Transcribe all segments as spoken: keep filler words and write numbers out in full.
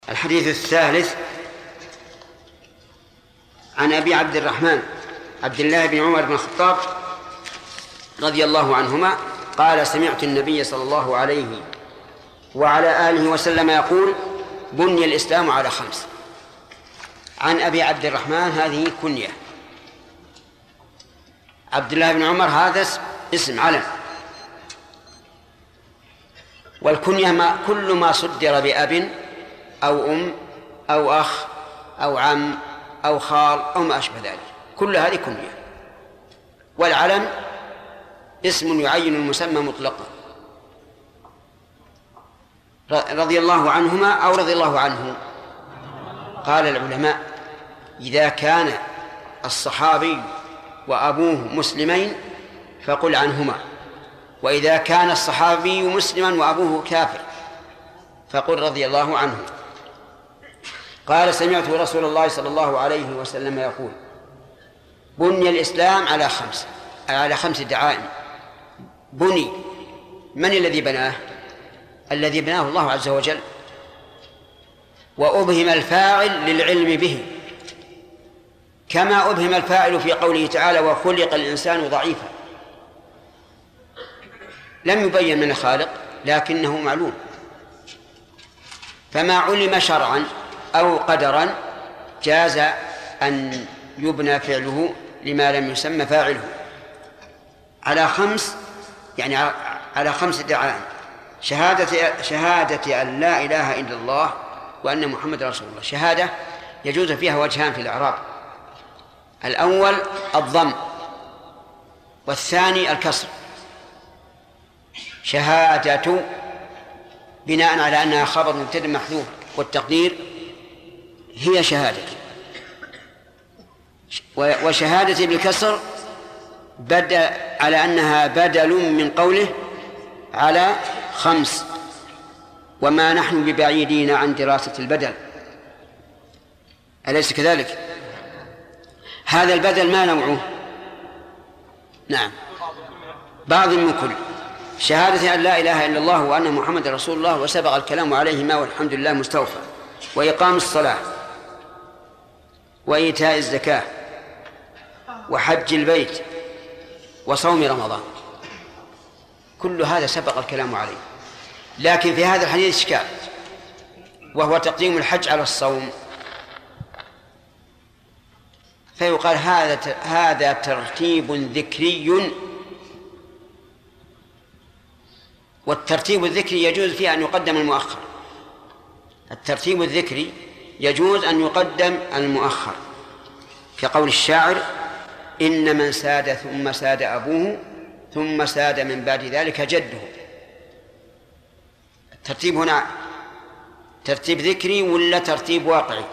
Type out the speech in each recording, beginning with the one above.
الحديث الثالث عن أبي عبد الرحمن عبد الله بن عمر بن الخطاب رضي الله عنهما قال: سمعت النبي صلى الله عليه وعلى آله وسلم يقول: بني الإسلام على خمس. عن أبي عبد الرحمن هذه كنية، عبد الله بن عمر هذا اسم علم، والكنية ما كل ما صدر بأب أو أم أو أخ أو عم أو خال أو ما أشبه ذلك، كل هذه كنية. والعلم اسم يعين المسمى مطلقا. رضي الله عنهما أو رضي الله عنه. قال العلماء: إذا كان الصحابي وأبوه مسلمين فقل عنهما، وإذا كان الصحابي مسلما وأبوه كافر فقل رضي الله عنه. قال: سمعت رسول الله صلى الله عليه وسلم يقول: بني الإسلام على خمس على خمس دعائم. بني، من الذي بناه؟ الذي بناه الله عز وجل، وأبهم الفاعل للعلم به، كما أبهم الفاعل في قوله تعالى: وخلق الإنسان ضعيفا. لم يبين من الخالق لكنه معلوم، فما علم شرعا أو قدرا جاز أن يبنى فعله لما لم يسمى فاعله. على خمس يعني على خمس دعائم: شهادة شهادة أن لا إله إلا الله وأن محمد رسول الله. شهادة يجوز فيها وجهان في الإعراب: الأول الضم، والثاني الكسر. شهادة بناء على أنها خبر مبتدأ محذوف، والتقدير هي شهادة. وشهادة بالكسر بدل على أنها بدل من قوله على خمس، وما نحن ببعيدين عن دراسة البدل، أليس كذلك؟ هذا البدل ما نوعه؟ نعم، بعض من كل. شهادة أن لا إله إلا الله وأن محمد رسول الله، وسبق الكلام عليهما والحمد لله مستوفى. وإقام الصلاة، وإيتاء الزكاة، وحج البيت، وصوم رمضان، كل هذا سبق الكلام عليه. لكن في هذا الحديث إشكال، وهو تقديم الحج على الصوم. فيقال هذا هذا ترتيب ذكري، والترتيب الذكري يجوز فيه أن يقدم المؤخر. الترتيب الذكري يجوز أن يقدم المؤخر، كقول الشاعر: إن من ساد ثم ساد أبوه ثم ساد من بعد ذلك جده. الترتيب هنا ترتيب ذكري ولا ترتيب واقعي؟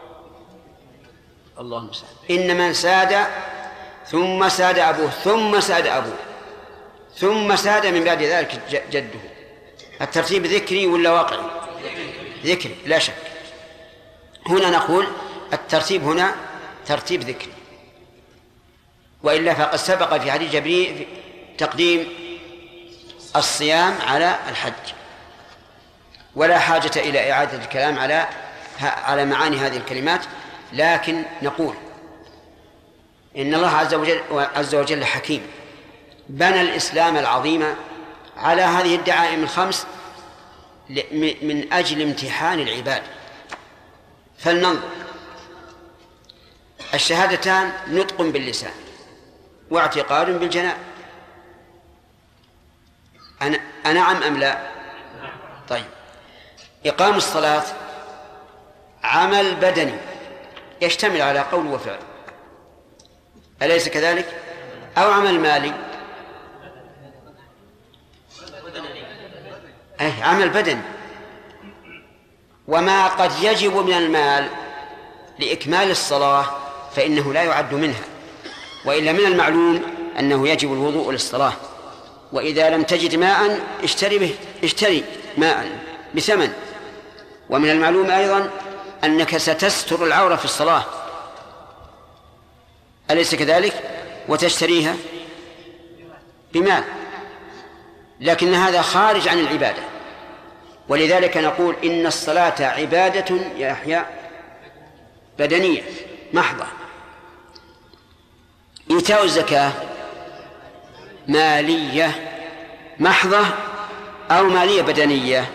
الله المستعان. إن من ساد ثم ساد أبوه ثم ساد أبوه ثم ساد من بعد ذلك جده. الترتيب ذكري ولا واقعي؟ ذكري لا شك. هنا نقول الترتيب هنا ترتيب ذكري، وإلا فقد سبق في حديث جبريل تقديم الصيام على الحج، ولا حاجة إلى إعادة الكلام على على معاني هذه الكلمات. لكن نقول إن الله عز وجل, عز وجل حكيم، بنى الإسلام العظيم على هذه الدعائم الخمس من أجل امتحان العباد. فلننظر: الشهادتان نطق باللسان واعتقاد بالجنان، أنا أنعم أم لا؟ طيب. إقام الصلاة عمل بدني يشتمل على قول وفعل، أليس كذلك؟ أو عمل مالي؟ أي عمل بدني. وما قد يجب من المال لإكمال الصلاة فإنه لا يعد منها، وإلا من المعلوم أنه يجب الوضوء للصلاة. وإذا لم تجد ماء اشتري به اشتري ماء بثمن. ومن المعلوم أيضا أنك ستستر العورة في الصلاة، أليس كذلك؟ وتشتريها بمال، لكن هذا خارج عن العبادة. ولذلك نقول إن الصلاة عبادة يا يحيى بدنية محضة. إيتاء الزكاة مالية محضة أو مالية بدنية؟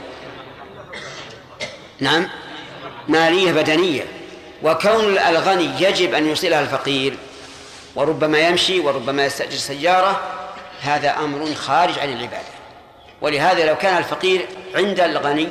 نعم مالية بدنية. وكون الغني يجب أن يوصلها الفقير وربما يمشي وربما يستأجر سيارة، هذا أمر خارج عن العبادة. ولهذا لو كان الفقير عند الغني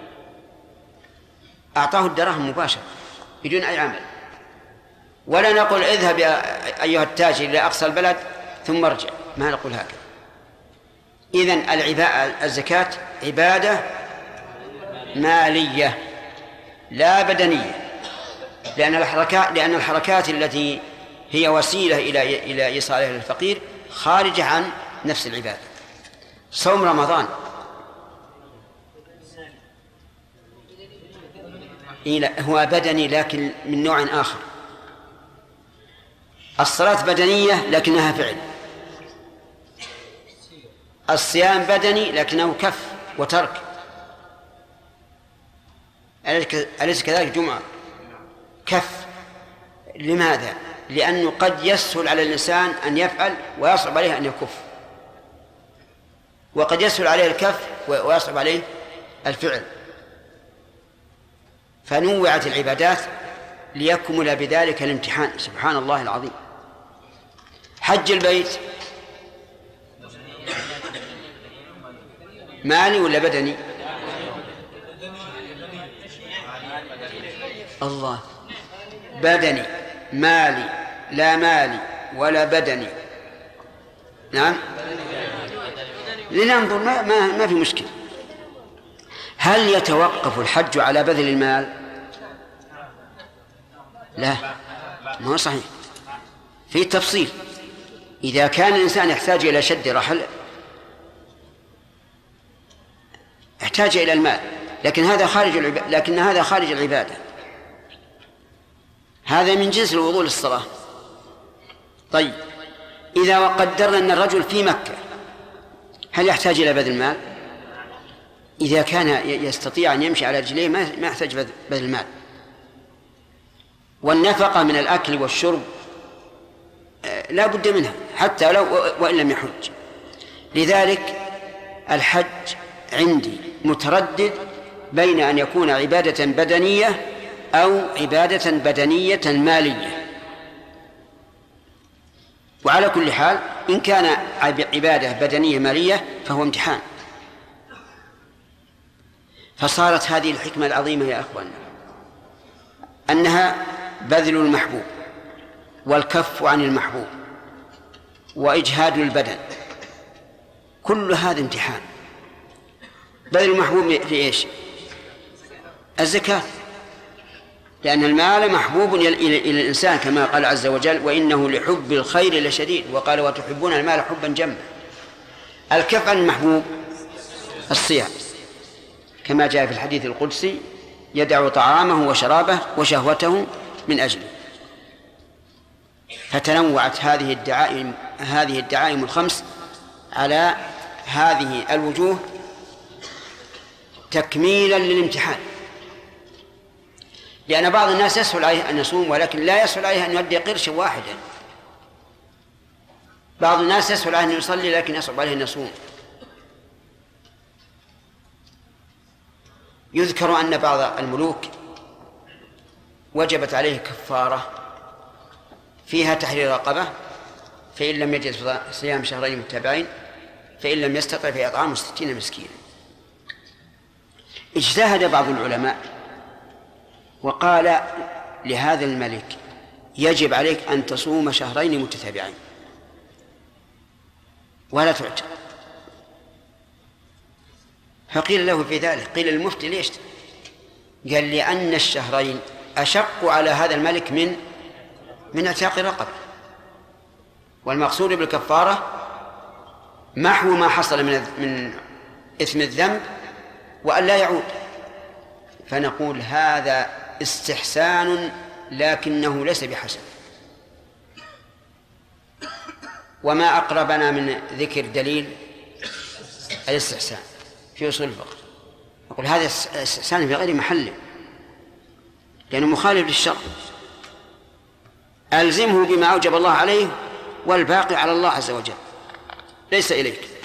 أعطاه الدراهم مباشرة بدون أي عمل، ولا نقول اذهب يا أيها التاجر إلى أقصى البلد ثم ارجع، ما نقول هكذا. إذن الزكاة عبادة مالية لا بدنية، لأن الحركات لأن الحركات التي هي وسيلة إلى إلى إيصالها للفقير خارجة عن نفس العبادة. صوم رمضان هو بدني لكن من نوع آخر. الصلاة بدنية لكنها فعل. الصيام بدني لكنه كف وترك. أليس كذلك جمعة؟ كف. لماذا؟ لأنه قد يسهل على الإنسان أن يفعل ويصعب عليه أن يكف، وقد يسهل عليه الكف ويصعب عليه الفعل، فنوعت العبادات ليكمل بذلك الامتحان. سبحان الله العظيم. حج البيت مالي ولا بدني؟ الله، بدني. مالي لا مالي ولا بدني. نعم لننظر، ما, ما, ما في مشكلة. هل يتوقف الحج على بذل المال؟ لا، ما هو صحيح، في تفصيل. إذا كان الإنسان يحتاج إلى شد رحل احتاج إلى المال، لكن هذا خارج العبادة، لكن هذا خارج العبادة، هذا من جنس الوضوء للصلاة. طيب إذا قدرنا أن الرجل في مكة هل يحتاج إلى بذل المال؟ إذا كان يستطيع أن يمشي على رجليه ما يحتاج بذل المال. والنفقة من الأكل والشرب لا بد منها حتى لو وإن لم يحج. لذلك الحج عندي متردد بين أن يكون عبادة بدنية أو عبادة بدنية مالية. وعلى كل حال إن كان عبادة بدنية مالية فهو امتحان. فصارت هذه الحكمة العظيمة يا أخواننا أنها بذل المحبوب والكف عن المحبوب وإجهاد البدن، كل هذا امتحان. بذل المحبوب في إيش؟ الزكاة، لأن المال محبوب إلى الإنسان كما قال عز وجل وإنه لحب الخير لشديد، وقال وتحبون المال حبا جما. الكف عن المحبوب الصيام كما جاء في الحديث القدسي يدع طعامه وشرابه وشهوته من أجله. فتنوعت هذه الدعائم هذه الدعائم الخمس على هذه الوجوه تكميلا للامتحان. لأن بعض الناس يسهل عليه أن يصوم ولكن لا يسهل عليه أن يؤدي قرشا واحدا. بعض الناس يسهل عليه أن يصلي لكن يصعب عليه أن يصوم. يذكر أن بعض الملوك وجبت عليه كفارة فيها تحرير رقبة، فإن لم يجد صيام شهرين متابعين، فإن لم يستطع فإطعام ستين مسكينا. اجتهد بعض العلماء وقال لهذا الملك يجب عليك أن تصوم شهرين متتابعين ولا تعتق. فقيل له في ذلك، قيل المفتي ليش؟ قال لأن الشهرين أشق على هذا الملك من من اعتاق رقبة، والمقصود بالكفارة محو ما حصل من من إثم الذنب وأن لا يعود. فنقول هذا استحسان لكنه ليس بحسن. وما أقربنا من ذكر دليل الاستحسان في أصول الفقه. أقول هذا استئذان في غير محله لأنه مخالف للشرع. ألزمه بما أوجب الله عليه والباقي على الله عز وجل ليس إليك.